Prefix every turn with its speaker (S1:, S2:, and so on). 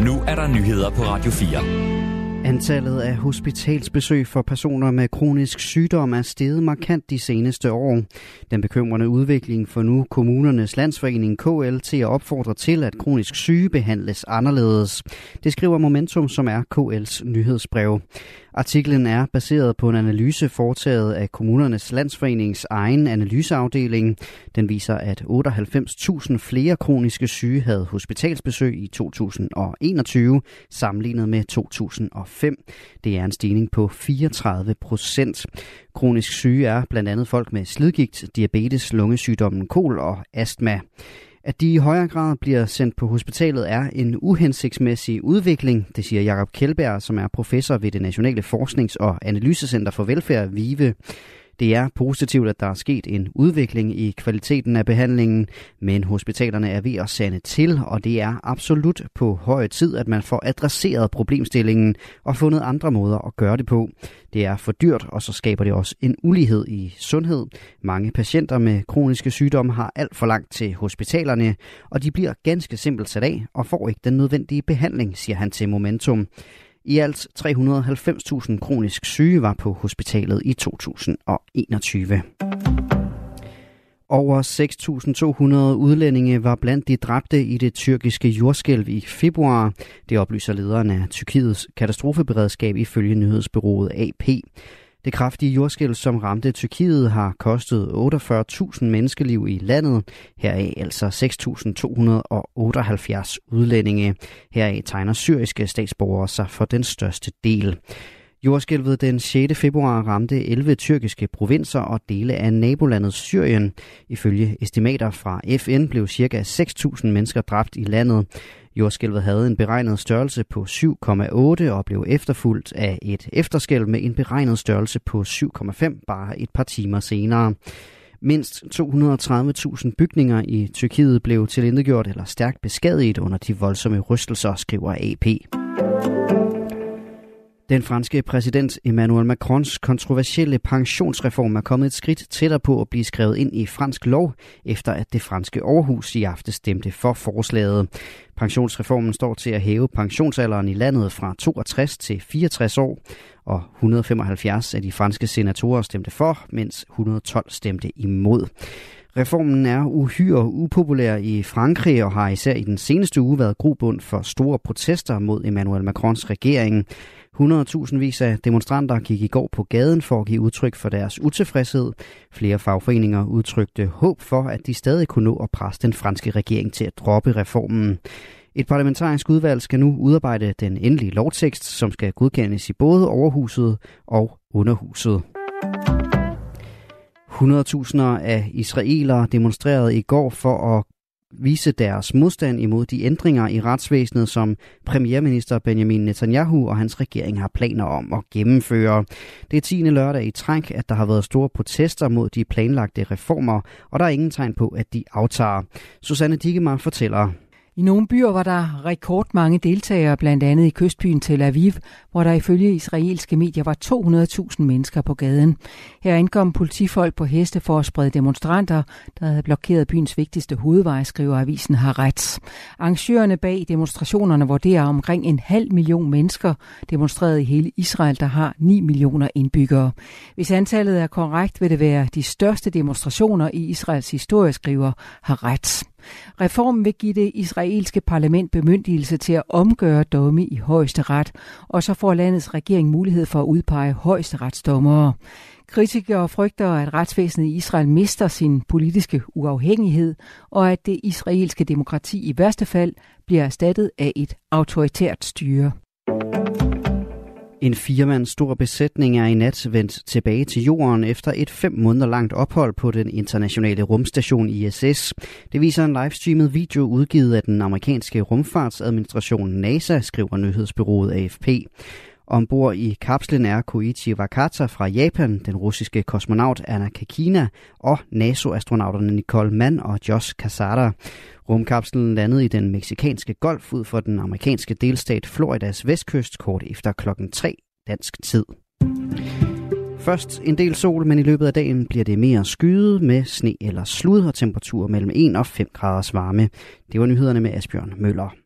S1: Nu er der nyheder på Radio 4.
S2: Antallet af hospitalsbesøg for personer med kronisk sygdom er steget markant de seneste år. Den bekymrende udvikling får nu Kommunernes Landsforening KL til at opfordre til, at kronisk syge behandles anderledes. Det skriver Momentum, som er KL's nyhedsbrev. Artiklen er baseret på en analyse foretaget af Kommunernes Landsforenings egen analyseafdeling. Den viser, at 98.000 flere kroniske syge havde hospitalsbesøg i 2021 sammenlignet med 2005. Det er en stigning på 34%. Kronisk syge er blandt andet folk med slidgigt, diabetes, lungesygdommen kol og astma. At de i højere grad bliver sendt på hospitalet er en uhensigtsmæssig udvikling, det siger Jakob Kjeldberg, som er professor ved det Nationale Forsknings- og Analysecenter for Velfærd, VIVE. Det er positivt, at der er sket en udvikling i kvaliteten af behandlingen, men hospitalerne er ved at sande til, og det er absolut på høje tid, at man får adresseret problemstillingen og fundet andre måder at gøre det på. Det er for dyrt, og så skaber det også en ulighed i sundhed. Mange patienter med kroniske sygdomme har alt for langt til hospitalerne, og de bliver ganske simpelt sat af og får ikke den nødvendige behandling, siger han til Momentum. I alt 390.000 kronisk syge var på hospitalet i 2021. Over 6.200 udlændinge var blandt de dræbte i det tyrkiske jordskælv i februar. Det oplyser lederen af Tyrkiets katastrofeberedskab ifølge nyhedsbureauet AP. Det kraftige jordskælv, som ramte Tyrkiet, har kostet 48.000 menneskeliv i landet. Heraf altså 6.278 udlændinge. Heraf tegner syriske statsborgere sig for den største del. Jordskælvet den 6. februar ramte 11 tyrkiske provinser og dele af nabolandet Syrien. Ifølge estimater fra FN blev ca. 6.000 mennesker dræbt i landet. Jordskælvet havde en beregnet størrelse på 7,8 og blev efterfulgt af et efterskælv med en beregnet størrelse på 7,5 bare et par timer senere. Mindst 230.000 bygninger i Tyrkiet blev tilintetgjort eller stærkt beskadiget under de voldsomme rystelser, skriver AP. Den franske præsident Emmanuel Macrons kontroversielle pensionsreform er kommet et skridt tættere på at blive skrevet ind i fransk lov, efter at det franske overhus i aften stemte for forslaget. Pensionsreformen står til at hæve pensionsalderen i landet fra 62 til 64 år, og 175 af de franske senatorer stemte for, mens 112 stemte imod. Reformen er uhyre upopulær i Frankrig og har især i den seneste uge været grobund for store protester mod Emmanuel Macrons regering. 100.000 af demonstranter gik i går på gaden for at give udtryk for deres utilfredshed. Flere fagforeninger udtrykte håb for, at de stadig kunne nå at presse den franske regering til at droppe reformen. Et parlamentarisk udvalg skal nu udarbejde den endelige lovtekst, som skal godkendes i både overhuset og underhuset. 100.000 af israelere demonstrerede i går for at vise deres modstand imod de ændringer i retsvæsenet, som premierminister Benjamin Netanyahu og hans regering har planer om at gennemføre. Det er 10. lørdag i træk, at der har været store protester mod de planlagte reformer, og der er ingen tegn på, at de aftager. Susanne Dikemar fortæller.
S3: I nogle byer var der rekordmange deltagere, blandt andet i kystbyen Tel Aviv, hvor der ifølge israelske medier var 200.000 mennesker på gaden. Her indkom politifolk på heste for at sprede demonstranter, der havde blokeret byens vigtigste hovedvej, skriver avisen Haaretz. Arrangørerne bag demonstrationerne vurderer omkring 500.000 mennesker demonstreret i hele Israel, der har 9 millioner indbyggere. Hvis antallet er korrekt, vil det være de største demonstrationer i Israels historie, skriver Haaretz. Reformen vil give det israelske parlament bemyndigelse til at omgøre domme i højesteret, og så får landets regering mulighed for at udpege højesteretsdommere. Kritikere frygter, at retsvæsenet i Israel mister sin politiske uafhængighed, og at det israelske demokrati i værste fald bliver erstattet af et autoritært styre.
S2: En 4-mands stor besætning er i nat vendt tilbage til jorden efter et 5 måneder langt ophold på den internationale rumstation ISS. Det viser en livestreamet video udgivet af den amerikanske rumfartsadministration NASA, skriver nyhedsbureauet AFP. Ombord i kapslen er Koichi Wakata fra Japan, den russiske kosmonaut Anna Kakina og NATO-astronauterne Nicole Mann og Josh Cassada. Rumkapslen landede i den meksikanske golf ud for den amerikanske delstat Floridas vestkyst kort efter 3 dansk tid. Først en del sol, men i løbet af dagen bliver det mere skyet med sne eller slud og temperaturer mellem 1 og 5 graders varme. Det var nyhederne med Asbjørn Møller.